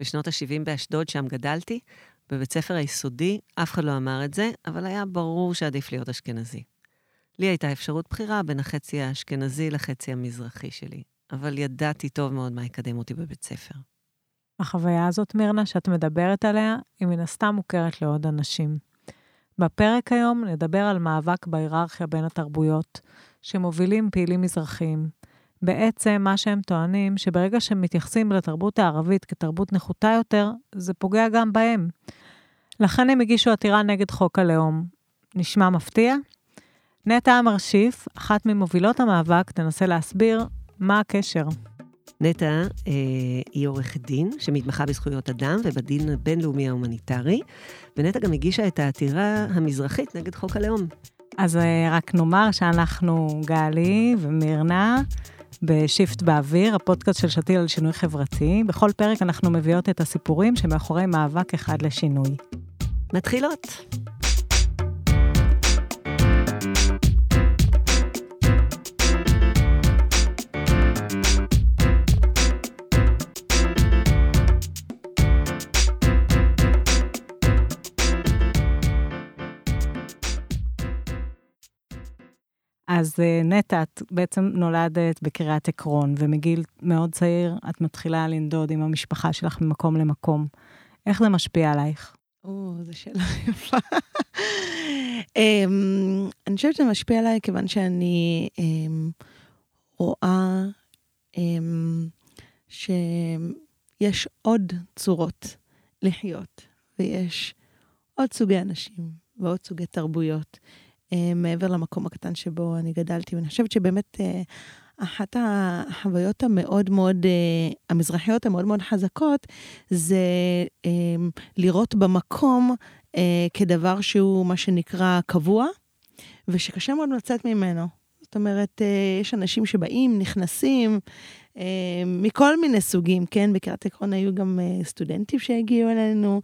בשנות ה-70 באשדוד, שם גדלתי, בבית ספר היסודי, אף אחד לא אמר את זה, אבל היה ברור שעדיף להיות אשכנזי. לי הייתה אפשרות בחירה בין החצי האשכנזי לחצי המזרחי שלי, אבל ידעתי טוב מאוד מה יקדם אותי בבית ספר. החוויה הזאת, מירנה, שאת מדברת עליה, היא מן הסתם מוכרת לעוד אנשים. בפרק היום נדבר על מאבק בהיררכיה בין התרבויות, שמובילים פעילים מזרחיים. בעצם מה שהם טוענים, שברגע שהם מתייחסים לתרבות הערבית כתרבות נחותה יותר, זה פוגע גם בהם. לכן הם הגישו עתירה נגד חוק הלאום. נשמע מפתיע? נטע אמר-שיף, אחת ממובילות המאבק, תנסה להסביר מה הקשר. נטע היא עורכת דין שמתמחה בזכויות אדם ובדין הבינלאומי ההומניטרי, ונטע גם הגישה את העתירה המזרחית נגד חוק הלאום. אז רק נאמר שאנחנו גלי ומירנה בשיפט באוויר, הפודקאסט של שתיל על שינוי חברתי. בכל פרק אנחנו מביאות את הסיפורים שמאחורי מאבק אחד לשינוי. מתחילות. אז נטע, את בעצם נולדת בקריית עקרון, ומגיל מאוד צעיר את מתחילה לנדוד עם המשפחה שלך ממקום למקום. איך זה משפיע עלייך? זו שאלה יפה. אני חושבת שזה משפיע עליי כיוון שאני רואה שיש עוד צורות לחיות, ויש עוד סוגי אנשים ועוד סוגי תרבויות, מעבר למקום הקטן שבו אני גדלתי, ואני חושבת שבאמת אחת החוויות המאוד מאוד, המזרחיות המאוד מאוד חזקות, זה לראות במקום כדבר שהוא מה שנקרא קבוע, ושקשה מאוד לצאת ממנו. זאת אומרת, יש אנשים שבאים, נכנסים, מכל מיני סוגים, כן? בקריית עקרון היו גם סטודנטים שהגיעו אלינו,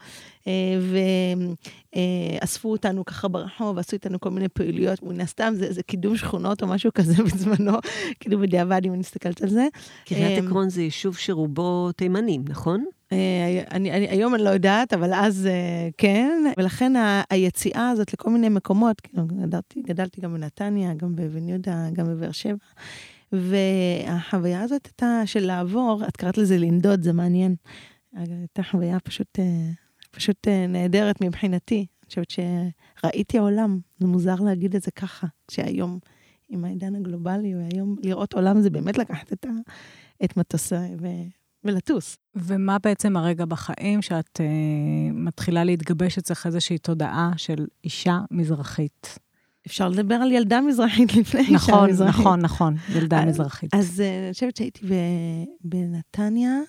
ואספו אותנו ככה ברחוב, עשו איתנו כל מיני פעילויות, מן הסתם זה קידום שכונות או משהו כזה בזמנו, כאילו בדיעבד אם אני מסתכלת על זה. קריית עקרון זה יישוב שרובו תימנים, נכון? היום אני לא יודעת, אבל אז כן, ולכן היציאה הזאת לכל מיני מקומות, גדלתי גם בנתניה, גם בבן יהודה, גם בבאר שבע, והחוויה הזאת הייתה של לעבור, את קראת לזה לנדוד, זה מעניין. הייתה חוויה פשוט נהדרת מבחינתי. אני חושבת שראיתי העולם, זה מוזר להגיד את זה ככה, כשהיום עם העידן הגלובלי, והיום לראות עולם זה באמת לקחת את מטוסה ולטוס. ומה בעצם הרגע בחיים שאת מתחילה להתגבש אצלך איזושהי תודעה של אישה מזרחית? אפשר לדבר על ילדה מזרחית לפני אישה מזרחית. נכון, ילדה מזרחית. אז אני חושבת שהייתי בנתניה,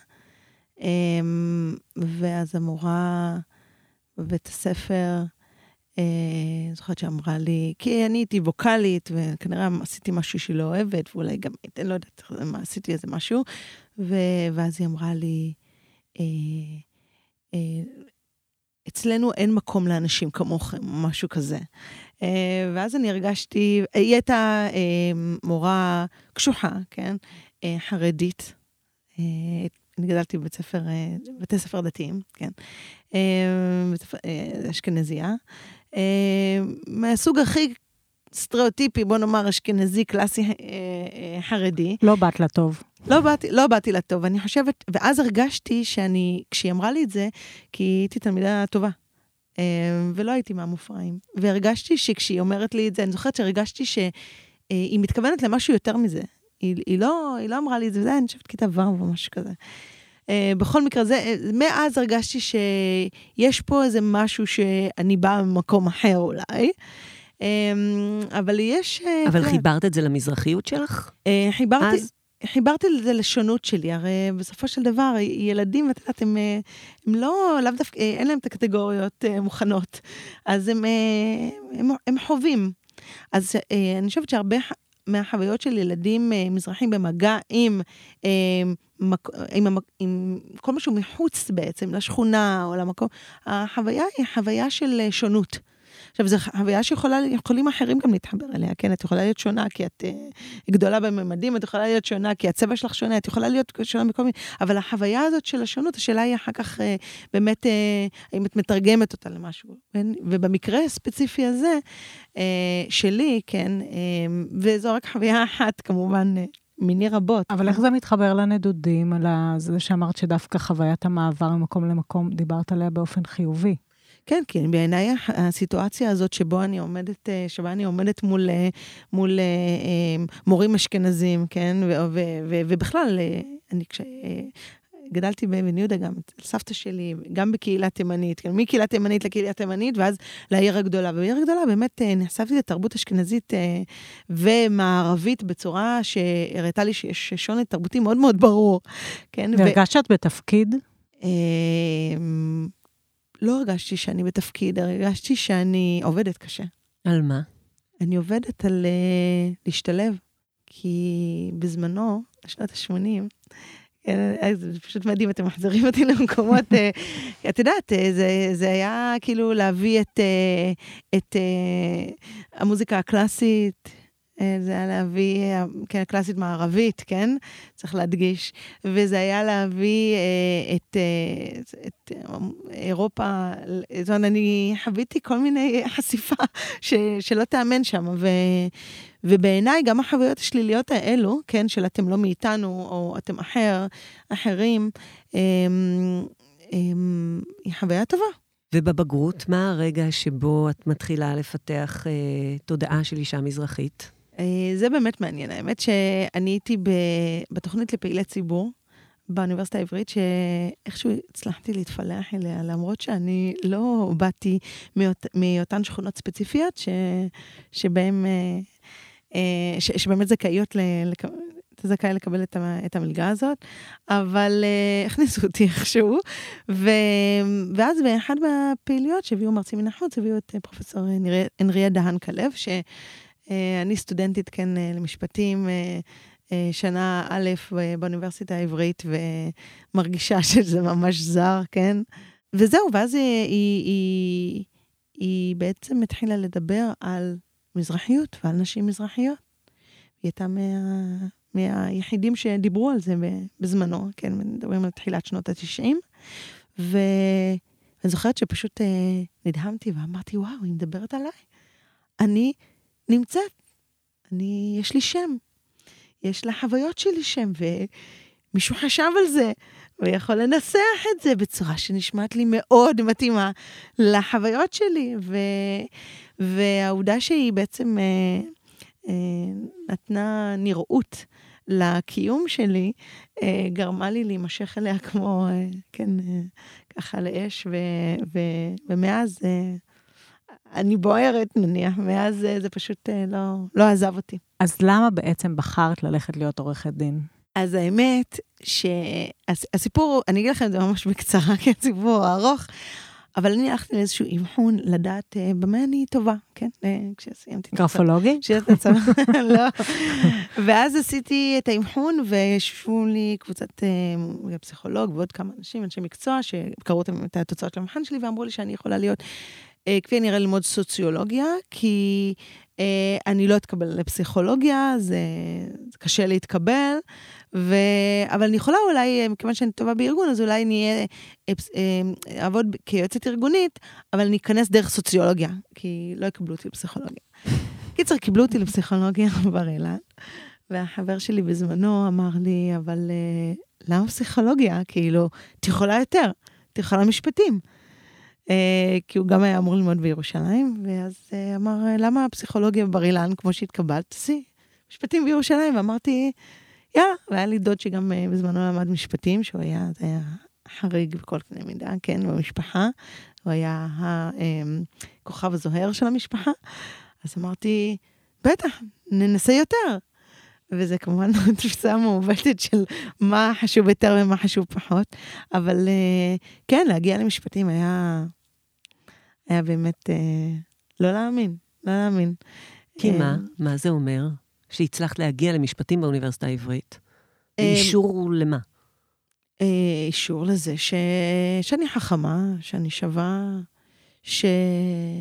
ואז המורה בבית הספר, זוכרת שאמרה לי, כי אני הייתי ווקלית, וכנראה עשיתי משהו שהיא לא אוהבת, ואולי גם, אני לא יודעת, עשיתי איזה משהו, ואז היא אמרה לי, אצלנו אין מקום לאנשים כמוכם, משהו כזה. ואז אני הרגשתי, היא הייתה מורה קשוחה, כן? חרדית. אני גדלתי בבתי ספר דתיים, כן? אשכנזייה. מהסוג הכי סטריאוטיפי, בוא נאמר, אשכנזי, קלאסי, חרדי. לא באת לטוב. לא באתי לטוב, אני חושבת, ואז הרגשתי כשהיא אמרה לי את זה, כי הייתי תלמידה טובה, ולא הייתי מהמופרעים, והרגשתי שכשהיא אומרת לי את זה, אני זוכרת שהרגשתי שהיא מתכוונת למשהו יותר מזה, היא לא אמרה לי את זה, אני חושבת כיתה ו' או משהו כזה. בכל מקרה, מאז הרגשתי שיש פה איזה משהו שאני באה ממקום אחר אולי, אבל יש... אבל חיברת את זה למזרחיות שלך? חיברתי לזה לשונות שלי, הרי בסופו של דבר, ילדים, ואת יודעת, הם לא, לאו דווקא, אין להם את הקטגוריות מוכנות, אז הם חווים. אז אני חושבת שהרבה מהחוויות של ילדים מזרחים במגע עם כל משהו מחוץ בעצם, לשכונה או למקום, החוויה היא חוויה של שונות. עכשיו, זו חוויה שיכולים אחרים גם להתחבר אליה, כן? את יכולה להיות שונה כי את גדולה בממדים, את יכולה להיות שונה כי הצבע שלך שונה, את יכולה להיות שונה בכל מיני, אבל החוויה הזאת של השונות, השאלה היא אחר כך באמת, האם את מתרגמת אותה למשהו. ובמקרה הספציפי הזה, שלי, כן, וזו רק חוויה אחת, כמובן, מיני רבות. אבל איך זה מתחבר לנדודים, על זה שאמרת שדווקא חוויית המעבר ממקום למקום, דיברת עליה באופן חיובי? כן, כי בעיניי הסיטואציה הזאת שבה אני עומדת מול מורים אשכנזים, כן, ובכלל, אני גדלתי בבן יהודה גם, סבתא שלי, גם בקהילה תימנית, כן, מקהילה תימנית לקהילה תימנית, ואז לעיר הגדולה. ובעיר הגדולה באמת נחשפתי לתרבות אשכנזית ומערבית בצורה שהראתה לי שיש שוני תרבותי מאוד מאוד ברור. כן, והרגשת בתפקיד? לא הרגשתי שאני בתפקיד, הרגשתי שאני עובדת קשה. על מה? אני עובדת על להשתלב, כי בזמנו, בשנות ה-80, זה פשוט מדהים, אתם מחזירים אותי למקומות, את יודעת, זה היה כאילו להביא את המוזיקה הקלאסית, זה היה להביא, כן, הקלאסית מערבית, כן? צריך להדגיש. וזה היה להביא את אירופה, זאת אומרת, אני חוויתי כל מיני חשיפה שלא תאמן שם, ובעיניי גם החוויות השליליות האלו, כן, של אתם לא מאיתנו, או אתם אחרים, היא חוויה טובה. ובבגרות, מה הרגע שבו את מתחילה לפתח תודעה של אישה מזרחית? זה באמת מעניין. האמת שאני הייתי בתוכנית לפעילי ציבור, באוניברסיטה העברית, שאיכשהו הצלחתי להתפלח אליה, למרות שאני לא באתי מאותן שכונות ספציפיות, שבאמת זכאיות זכאי לקבל את המלגה הזאת, אבל הכניסו אותי איכשהו, ואז באחד מהפעילויות שהביאו מרצים מן החוץ, הביאו את פרופסור הנריה דהן כלב, שאני סטודנטית כן למשפטים, שנה א' באוניברסיטה העברית, ומרגישה שזה ממש זר, כן? וזהו, ואז היא בעצם התחילה לדבר על מזרחיות ועל נשים מזרחיות. היא הייתה מהיחידים שדיברו על זה בזמנו, כן, מדברים על תחילת שנות ה-90, ואני זוכרת שפשוט נדהמתי ואמרתי, וואו, היא מדברת עליי. אני נמצאת, יש לי שם, יש לה חוויות שלי שם, ומישהו חשב על זה, ויכול לנסח את זה בצורה שנשמעת לי מאוד מתאימה לחוויות שלי, והעובדה שהיא בעצם נתנה נראות לקיום שלי, גרמה לי להימשך אליה כמו, כן, ככה לאש, ומאז אני בוערת נניח, מאז זה פשוט לא עזב אותי. אז למה בעצם בחרת ללכת להיות עורכת דין? אז האמת שהסיפור, אני אגיד לכם את זה ממש בקצרה, כי הסיפור ארוך, אבל אני הלכתי לאיזשהו אבחון לדעת במה אני טובה, כן? כשסיימתי. גרפולוגי? לא. ואז עשיתי את האבחון, וישבו לי קבוצת פסיכולוג ועוד כמה אנשים, אנשי מקצוע, שקראו את התוצאות של המבחן שלי, ואמרו לי שאני יכולה להיות, כפי נראה ללמוד סוציולוגיה, כי אני לא אתקבל לפסיכולוגיה, זה קשה להתקבל, אבל אני יכולה אולי, מכיוון שאני טובה בארגון, אז אולי אני אעבוד כיועצת ארגונית, אבל אני אכנס דרך סוציולוגיה, כי לא יקבלו אותי לפסיכולוגיה. קיצר, קיבלו אותי לפסיכולוגיה בר אילן, והחבר שלי בזמנו אמר לי, אבל למה פסיכולוגיה? כאילו, תיכולה יותר, תיכולה משפטים. כי הוא גם היה אמור ללמוד בירושלים, ואז אמר, למה הפסיכולוגיה בבר אילן, כמו שהתקבלת, תעשי משפטים בירושלים, ואמרתי, יאללה, והיה לי דוד שגם בזמנו למד משפטים, זה היה חריג בכל קנה מידה, כן, במשפחה, הוא היה הכוכב הזוהר של המשפחה, אז אמרתי, בטח, ננסה יותר, וזה כמובן תפיסה מעוותת של מה חשוב יותר ומה חשוב פחות, אבל כן, להגיע למשפטים היה באמת לא להאמין. כי מה? מה זה אומר? שהצלחת להגיע למשפטים באוניברסיטה העברית? אישור למה? אישור לזה שאני חכמה, שאני שווה, שגם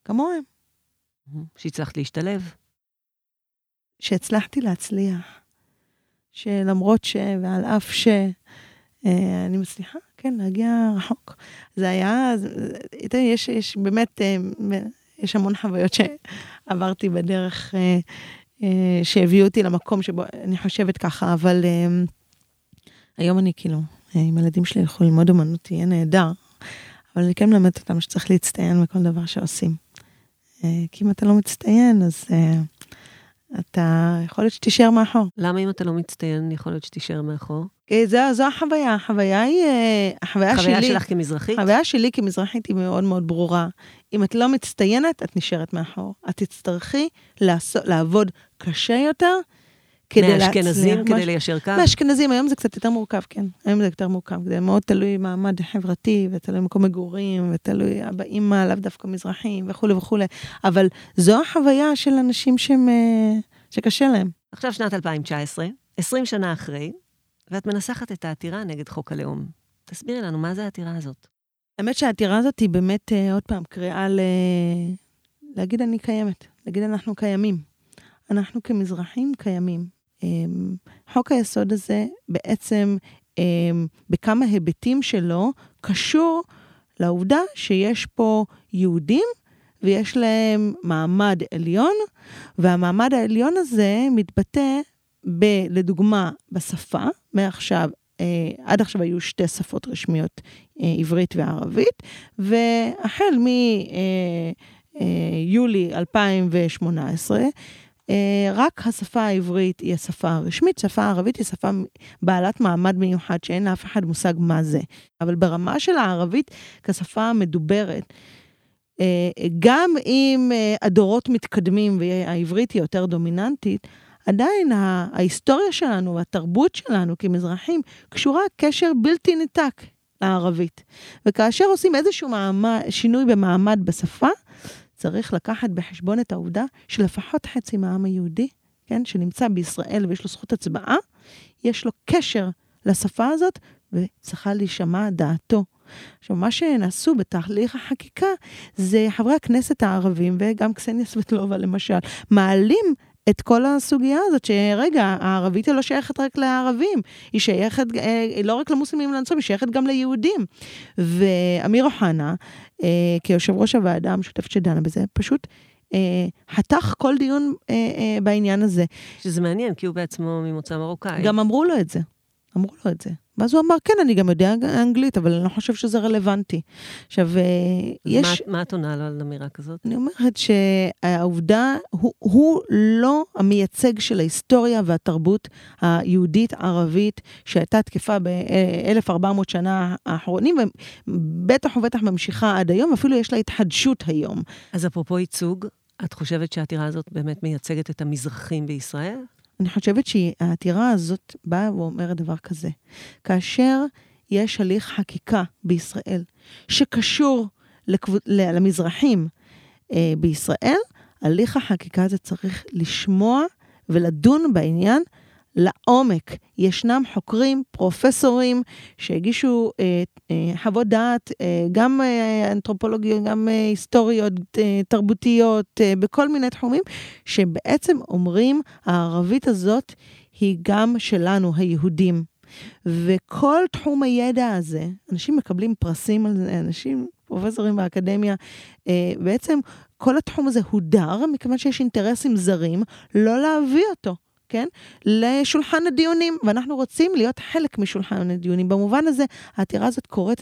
כמוהם. שהצלחת להשתלב. שהצלחתי להצליח. שלמרות ועל אף אני מצליחה, כן, להגיע רחוק. זה היה, יש באמת, יש המון חוויות שעברתי בדרך שהביאו אותי למקום שבו אני חושבת ככה, אבל היום אני כאילו, עם ילדים שלי ילכו ללמוד אומנות, יהיה נהדר, אבל אני כן מלמדת אותם שצריך להצטיין בכל דבר שעושים. כי אם אתה לא מצטיין, אז אתה יכול להיות שתישאר מאחור. למה אם אתה לא מצטיין, יכול להיות שתישאר מאחור? זו החוויה. החוויה היא, החוויה שלך כמזרחית? החוויה שלי כמזרחית היא מאוד מאוד ברורה. אם את לא מצטיינת, את נשארת מאחור. את תצטרכי לעבוד קשה יותר, כדי להצליח. מהאשכנזים כדי ליישר קו? מהאשכנזים, היום זה קצת יותר מורכב, כן. היום זה יותר מורכב. זה מאוד תלוי מעמד חברתי, ותלוי מקום מגורים, ותלוי באמא, לאו דווקא מזרחים, וכו' וכו'. אבל זו החוויה של אנשים שקשה להם. עכשיו שנת 2019, 20 שנה אחרי, ואת מנסחת את העתירה נגד חוק הלאום. תסבירי לנו, מה זה העתירה הזאת? האמת שהעתירה הזאת היא באמת, עוד פעם, קריאה להגיד אני קיימת, להגיד אנחנו קיימים. אנחנו כמזרחים קיימים. חוק היסוד הזה בעצם, בכמה היבטים שלו, קשור לעובדה שיש פה יהודים, ויש להם מעמד עליון, והמעמד העליון הזה מתבטא לדוגמה בשפה, מעכשיו, עד עכשיו היו 2 שפות רשמיות, עברית וערבית, והחל מיולי 2018, רק השפה העברית היא השפה הרשמית, שפה הערבית היא שפה בעלת מעמד מיוחד, שאין לאף אחד מושג מה זה. אבל ברמה של הערבית, כשפה המדוברת, גם אם הדורות מתקדמים והעברית היא יותר דומיננטית, עדיין ההיסטוריה שלנו והתרבות שלנו כמזרחים קשורה קשר בלתי ניתק לערבית. וכאשר עושים איזשהו שינוי במעמד בשפה, צריך לקחת בחשבון את העובדה שלפחות חצי מהעם היהודי, כן, שנמצא בישראל ויש לו זכות הצבעה, יש לו קשר לשפה הזאת וצריכה להישמע דעתו. עכשיו, מה שנעשו בתהליך החקיקה, זה חברי הכנסת הערבים, וגם קסניה סבטלובה למשל, מעלים את כל הסוגיה הזאת, שרגע, הערבית היא לא שייכת רק לערבים, היא שייכת לא רק למוסלמים ולנוצרים, היא שייכת גם ליהודים. ואמיר אוחנה, כיושב ראש הוועדה המשותפת שדנה בזה, פשוט חתך כל דיון בעניין הזה. שזה מעניין, כי הוא בעצמו ממוצא מרוקאי. גם אמרו לו את זה. ואז הוא אמר, כן, אני גם יודע אנגלית, אבל אני לא חושב שזה רלוונטי. עכשיו, יש... מה את עונה לו על אמירה כזאת? אני אומרת שהעובדה, הוא לא המייצג של ההיסטוריה והתרבות היהודית-ערבית, שהייתה תקפה ב-1400 שנה האחרונים, ובטח ובטח ממשיכה עד היום, אפילו יש לה התחדשות היום. אז אפרופו ייצוג, את חושבת שהעתירה הזאת באמת מייצגת את המזרחים בישראל? אני חושבת שהעתירה הזאת באה ואומרת דבר כזה. כאשר יש הליך חקיקה בישראל שקשור למזרחים בישראל, הליך החקיקה הזה צריך לשמוע ולדון בעניין לעומק. ישנם חוקרים, פרופסורים, שהגישו חוות דעת, גם אנתרופולוגיות, גם היסטוריות, תרבותיות, בכל מיני תחומים, שבעצם אומרים, הערבית הזאת היא גם שלנו, היהודים. וכל תחום הידע הזה, אנשים מקבלים פרסים על זה, אנשים, פרופסורים באקדמיה, בעצם כל התחום הזה הודר, מכיוון שיש אינטרסים זרים, לא להביא אותו. כן? לשולחן הדיונים, ואנחנו רוצים להיות חלק משולחן הדיונים. במובן הזה, העתירה הזאת קוראת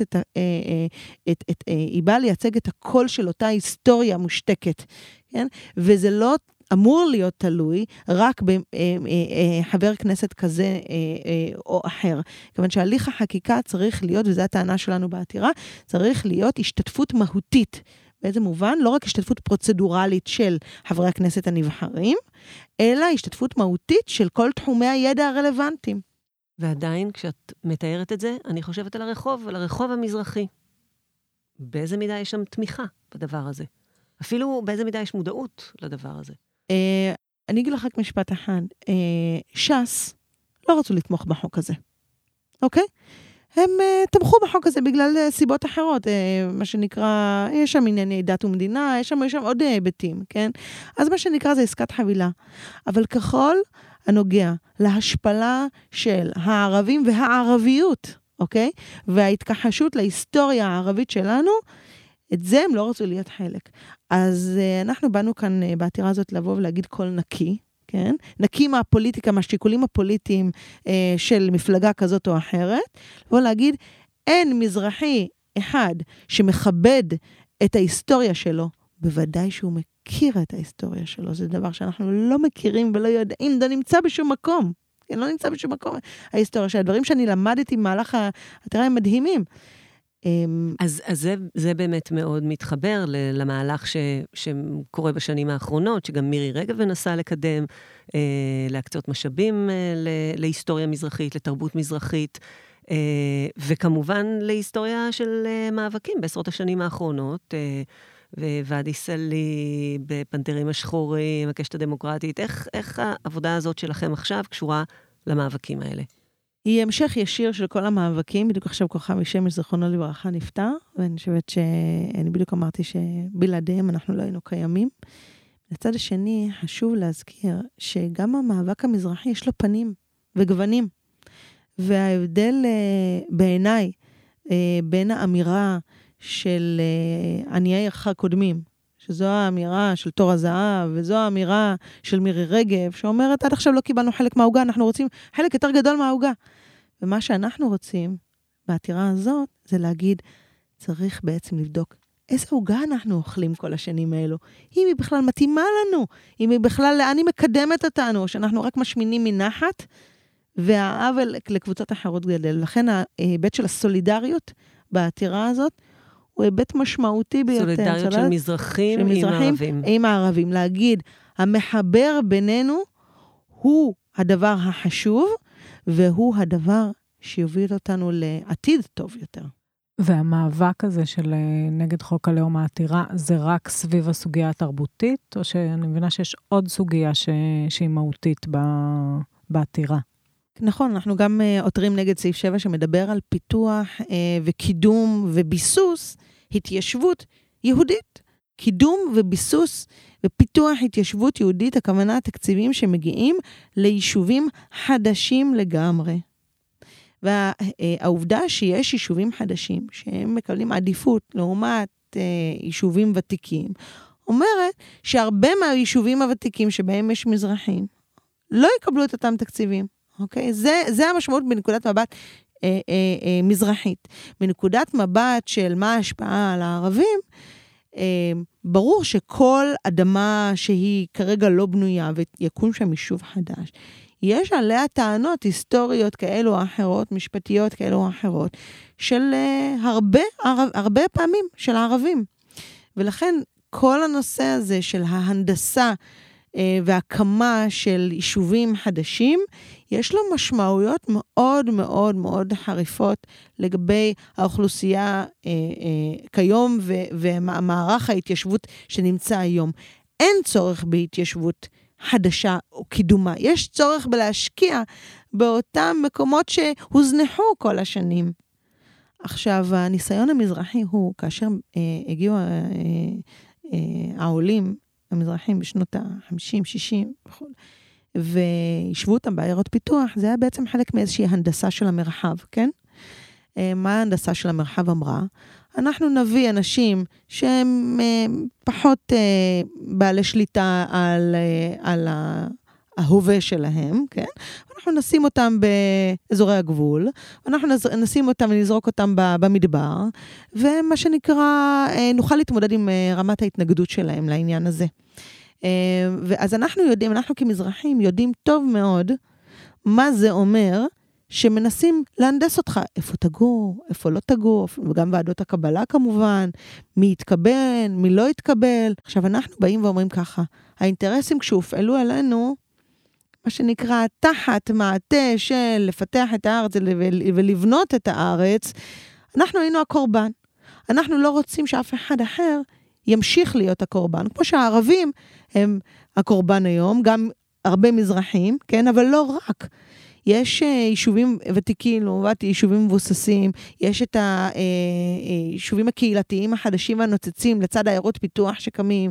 היא באה לייצג את הקול של אותה היסטוריה מושתקת, כן? וזה לא אמור להיות תלוי רק בחבר כנסת כזה או אחר. כיוון שההליך החקיקה צריך להיות, וזו הטענה שלנו בעתירה, צריך להיות השתתפות מהותית. באיזה מובן? לא רק השתתפות פרוצדורלית של חברי הכנסת הנבחרים, אלא השתתפות מהותית של כל תחומי הידע הרלוונטיים. ועדיין, כשאת מתארת את זה, אני חושבת על הרחוב המזרחי. באיזה מידה יש שם תמיכה בדבר הזה? אפילו באיזה מידה יש מודעות לדבר הזה? אני אגיד לך רק משפט אחד. ש"ס לא רצו לתמוך בחוק הזה. אוקיי? הם תמכו בחוק הזה בגלל סיבות אחרות, מה שנקרא, יש שם ענייני דת ומדינה, יש שם עוד היבטים, כן? אז מה שנקרא זה עסקת חבילה. אבל ככל הנוגע להשפלה של הערבים והערביות, אוקיי? וההתכחשות להיסטוריה הערבית שלנו, את זה הם לא רצו להיות חלק. אז אנחנו באנו כאן בעתירה הזאת לבוא ולהגיד כל נקי, כן? נקי מהפוליטיקה, מהשיקולים הפוליטיים של מפלגה כזאת או אחרת, לבוא להגיד, אין מזרחי אחד שמכבד את ההיסטוריה שלו, בוודאי שהוא מכיר את ההיסטוריה שלו, זה דבר שאנחנו לא מכירים ולא יודעים, לא נמצא בשום מקום, כן? לא נמצא בשום מקום. ההיסטוריה של הדברים שאני למדתי במהלך העתירה הם מדהימים. אז זה באמת מאוד מתחבר למהלך שקורה בשנים האחרונות, שגם מירי רגב מנסה לקדם, להקצות משאבים להיסטוריה מזרחית, לתרבות מזרחית, וכמובן להיסטוריה של מאבקים בעשרות השנים האחרונות, וועדי סלי, בפנתרים השחורים, הקשת הדמוקרטית, איך העבודה הזאת שלכם עכשיו קשורה למאבקים האלה? היא המשך ישיר של כל המאבקים, בדיוק עכשיו כוכב שמש זכרונו לברכה נפטר, ואני חושבת שאני בדיוק אמרתי שבלעדיהם אנחנו לא היינו קיימים. לצד השני חשוב להזכיר שגם המאבק המזרחי יש לו פנים וגוונים, וההבדל בעיניי בין האמירה של עניי עירך קודמים, שזו האמירה של תור הזהב, וזו האמירה של מירי רגב, שאומרת, עד עכשיו לא קיבלנו חלק מהעוגה, אנחנו רוצים חלק יותר גדול מהעוגה. ומה שאנחנו רוצים בעתירה הזאת, זה להגיד, צריך בעצם לבדוק איזה עוגה אנחנו אוכלים כל השנים האלו, אם היא בכלל מתאימה לנו, אם היא בכלל לאן היא מקדמת אותנו, שאנחנו רק משמינים מנחת, והעוול לקבוצות אחרות גדל. לכן ההיבט של הסולידריות בעתירה הזאת, הוא היבט משמעותי ביותר. סולידריות של מזרחים עם הערבים. עם הערבים. להגיד, המחבר בינינו הוא הדבר החשוב, והוא הדבר שיוביל אותנו לעתיד טוב יותר. והמאבק הזה של נגד חוק הלאום העתירה, זה רק סביב הסוגיה התרבותית, או שאני מבינה שיש עוד סוגיה שהיא מהותית בעתירה? נכון, אנחנו גם עותרים נגד סעיף 7 שמדבר על פיתוח וקידום וביסוס התיישבות יהודית. קידום וביסוס ופיתוח התיישבות יהודית, הכוונה התקציבים שמגיעים ליישובים חדשים לגמרי. והעובדה שיש יישובים חדשים שהם מקבלים עדיפות לעומת יישובים ותיקים, אומרת שהרבה מהיישובים הוותיקים שבהם יש מזרחים לא יקבלו את אותם תקציבים. אוקיי? זה המשמעות בנקודת מבט מזרחית. בנקודת מבט של מה ההשפעה על הערבים, ברור שכל אדמה שהיא כרגע לא בנויה ויקום שם יישוב חדש, יש עליה טענות היסטוריות כאלו או אחרות, משפטיות כאלו או אחרות, של הרבה פעמים של הערבים. ולכן כל הנושא הזה של ההנדסה והקמה של יישובים חדשים, יש לו משמעויות מאוד מאוד מאוד חריפות לגבי האוכלוסייה כיום ומערך ההתיישבות שנמצא היום. אין צורך בהתיישבות חדשה או קידומה. יש צורך בלהשקיע באותם מקומות שהוזנחו כל השנים. עכשיו, הניסיון המזרחי הוא, כאשר הגיעו העולים המזרחים בשנות ה-50, 60 וכו', וישבו אותם בעיירות פיתוח, זה היה בעצם חלק מאיזושהי הנדסה של המרחב, כן? מה ההנדסה של המרחב אמרה? אנחנו נביא אנשים שהם פחות בעלי שליטה על ההווה שלהם, כן? אנחנו נשים אותם באזורי הגבול, אנחנו נשים אותם ונזרוק אותם במדבר, ומה שנקרא, נוכל להתמודד עם רמת ההתנגדות שלהם לעניין הזה. ואז אנחנו יודעים, אנחנו כמזרחים יודעים טוב מאוד מה זה אומר שמנסים להנדס אותך, איפה תגור, איפה לא תגור, וגם ועדות הקבלה כמובן, מי יתקבל, מי לא יתקבל. עכשיו אנחנו באים ואומרים ככה, האינטרסים כשהופעלו עלינו, מה שנקרא תחת מעטה של לפתח את הארץ ולבנות את הארץ, אנחנו היינו הקורבן. אנחנו לא רוצים שאף אחד אחר ימשיך להיות הקורבן. כמו שהערבים הם הקורבן היום, גם הרבה מזרחים, כן? אבל לא רק. יש יישובים ותיקים, לעומת יישובים מבוססים, יש את היישובים הקהילתיים החדשים והנוצצים, לצד העיירות פיתוח שקמים,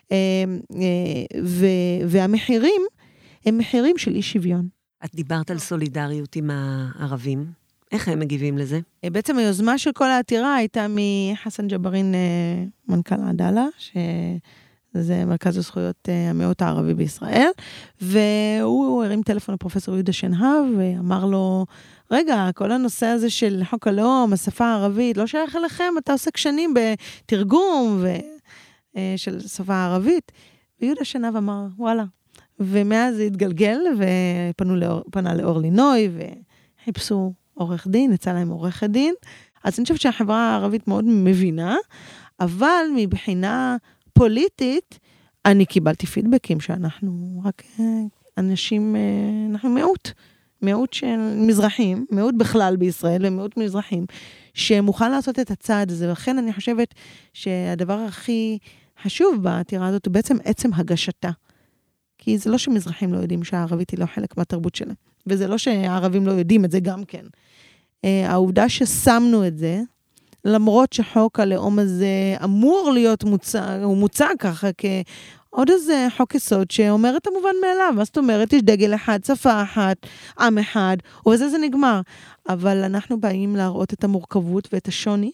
והמחירים הם מחירים של אי שוויון. את דיברת על סולידריות עם הערבים. איך הם מגיבים לזה? בעצם היוזמה של כל העתירה הייתה מחסן ג'בארין, מנכ"ל עדאלה, שזה מרכז הזכויות המיעוט הערבי בישראל, והוא הרים טלפון לפרופסור יהודה שנהב, ואמר לו, רגע, כל הנושא הזה של חוק הלאום, השפה הערבית, לא שייך אליכם, אתה עוסק שנים בתרגום של שפה הערבית. ויהודה שנהב אמר, וואלה. ומאז זה התגלגל, ופנה לאורלי נוי, וחיפשו עורך דין, יצא להם עורך דין. אז אני חושבת שהחברה הערבית מאוד מבינה, אבל מבחינה פוליטית, אני קיבלתי פידבקים שאנחנו רק אנשים, אנחנו מיעוט של מזרחים, מיעוט בכלל בישראל, ומיעוט מזרחים, שמוכן לעשות את הצעד הזה, ולכן אני חושבת שהדבר הכי חשוב בעתירה הזאת, הוא בעצם עצם הגשתה. כי זה לא שמזרחים לא יודעים שהערבית היא לא חלק מהתרבות שלהם, וזה לא שהערבים לא יודעים את זה גם כן. העובדה ששמנו את זה, למרות שחוק הלאום הזה אמור להיות הוא מוצע ככה כעוד איזה חוק יסוד שאומר את המובן מאליו. מה זאת אומרת? יש דגל אחד, שפה אחת, עם אחד, ובזה זה נגמר. אבל אנחנו באים להראות את המורכבות ואת השוני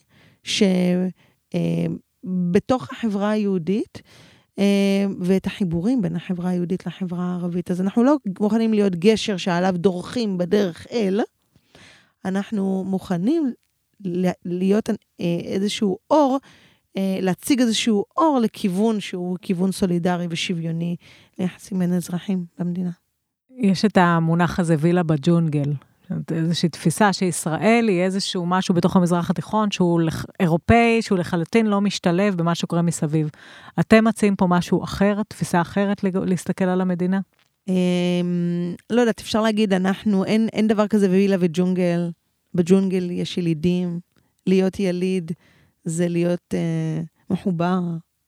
שבתוך החברה היהודית, ואת החיבורים בין החברה היהודית לחברה הערבית. אז אנחנו לא מוכנים להיות גשר שעליו דורכים בדרך אל, אנחנו מוכנים להיות איזשהו אור, להציג איזשהו אור לכיוון שהוא כיוון סולידרי ושוויוני ליחסים בין אזרחים במדינה. יש את המונח הזה וילה בג'ונגל, איזושהי תפיסה שישראל היא איזשהו משהו בתוך המזרח התיכון, שהוא אירופאי, שהוא לחלוטין לא משתלב במה שקורה מסביב. אתם מציעים פה משהו אחר, תפיסה אחרת להסתכל על המדינה? לא יודעת, אפשר להגיד, אין דבר כזה וילה וג'ונגל. בג'ונגל יש ילידים, להיות יליד זה להיות מחובר.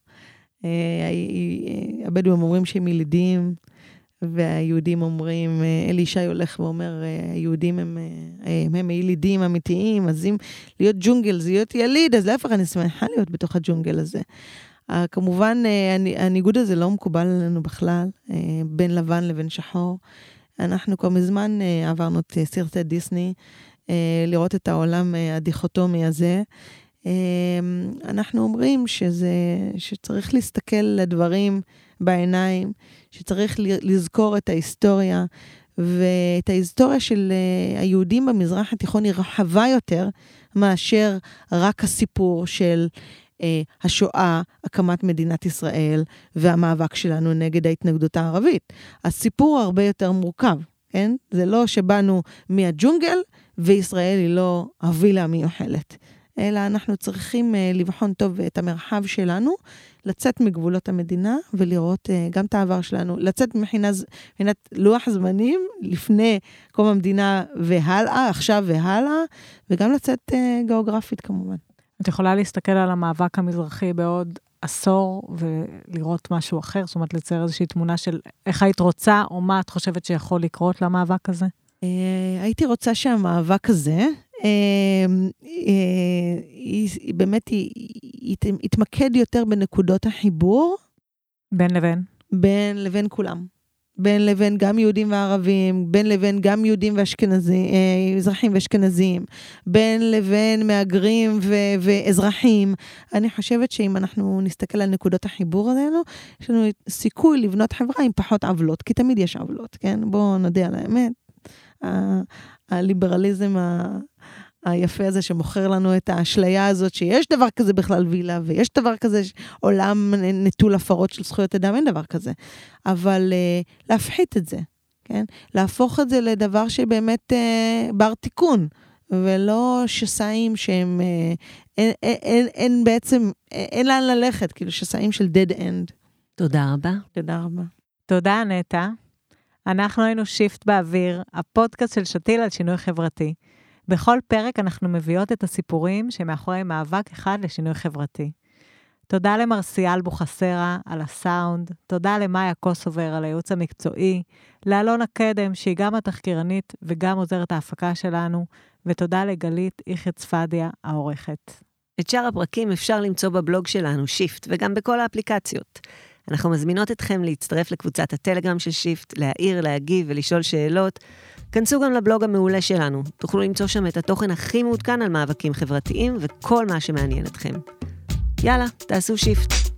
הבדואים אומרים שהם ילידים, והיהודים אומרים, אלישי הולך ואומר, היהודים הם ילידים אמיתיים, אז אם להיות ג'ונגל זה להיות יליד, אז להפך אני שמחה להיות בתוך הג'ונגל הזה. כמובן, הניגוד הזה לא מקובל לנו בכלל, בין לבן לבין שחור. אנחנו כבר מזמן עברנו את סרטי דיסני, לראות את העולם הדיכוטומי הזה. אנחנו אומרים שצריך להסתכל לדברים בעיניים, שצריך לזכור את ההיסטוריה, ואת ההיסטוריה של היהודים במזרח התיכון היא רחבה יותר, מאשר רק הסיפור של השואה, הקמת מדינת ישראל, והמאבק שלנו נגד ההתנגדות הערבית. הסיפור הרבה יותר מורכב, כן? זה לא שבאנו מהג'ונגל, וישראל היא לא הווילה המיוחלת. אלא אנחנו צריכים לבחון טוב את המרחב שלנו, לצאת מגבולות המדינה ולראות גם את העבר שלנו, לצאת מבחינת לוח זמנים לפני קום המדינה והלאה, עכשיו והלאה, וגם לצאת גיאוגרפית כמובן. את יכולה להסתכל על המאבק המזרחי בעוד עשור ולראות משהו אחר, זאת אומרת לצייר איזושהי תמונה של איך היית רוצה או מה את חושבת שיכול לקרות למאבק הזה? הייתי רוצה שהמאבק הזה, באמת יתמקד יותר בנקודות החיבור. בין לבין? בין לבין כולם. בין לבין גם יהודים וערבים, בין לבין גם יהודים ואשכנזים, אזרחים ואשכנזים, בין לבין מהגרים ואזרחים. אני חושבת שאם אנחנו נסתכל על נקודות החיבור האלו, יש לנו סיכוי לבנות חברה עם פחות עוולות, כי תמיד יש עוולות, כן? בואו נדע על האמת. הליברליזם היפה הזה שמוכר לנו את האשליה הזאת, שיש דבר כזה בכלל וילה, ויש דבר כזה עולם נטול הפרות של זכויות אדם, אין דבר כזה. אבל להפחית את זה, כן? להפוך את זה לדבר שבאמת בר תיקון, ולא שסעים שהם, אין בעצם, אין לאן ללכת, כאילו שסעים של dead end. תודה רבה. תודה רבה. תודה, נטע. אנחנו היינו שיפט באוויר, הפודקאסט של שתיל על שינוי חברתי. בכל פרק אנחנו מביאות את הסיפורים שמאחורי מאבק אחד לשינוי חברתי. תודה למרסיאל בוחסרה על הסאונד, תודה למאיה קוסובר על הייעוץ המקצועי, לאלונה קדם שהיא גם התחקירנית וגם עוזרת ההפקה שלנו, ותודה לגלית יחיא צפדיה העורכת. את שאר הפרקים אפשר למצוא בבלוג שלנו, שיפט, וגם בכל האפליקציות. אנחנו מזמינות אתכם להצטרף לקבוצת הטלגרם של שיפט, להעיר, להגיב ולשאול שאלות. כנסו גם לבלוג המעולה שלנו. תוכלו למצוא שם את התוכן הכי מעודכן על מאבקים חברתיים וכל מה שמעניין אתכם. יאללה, תעשו שיפט.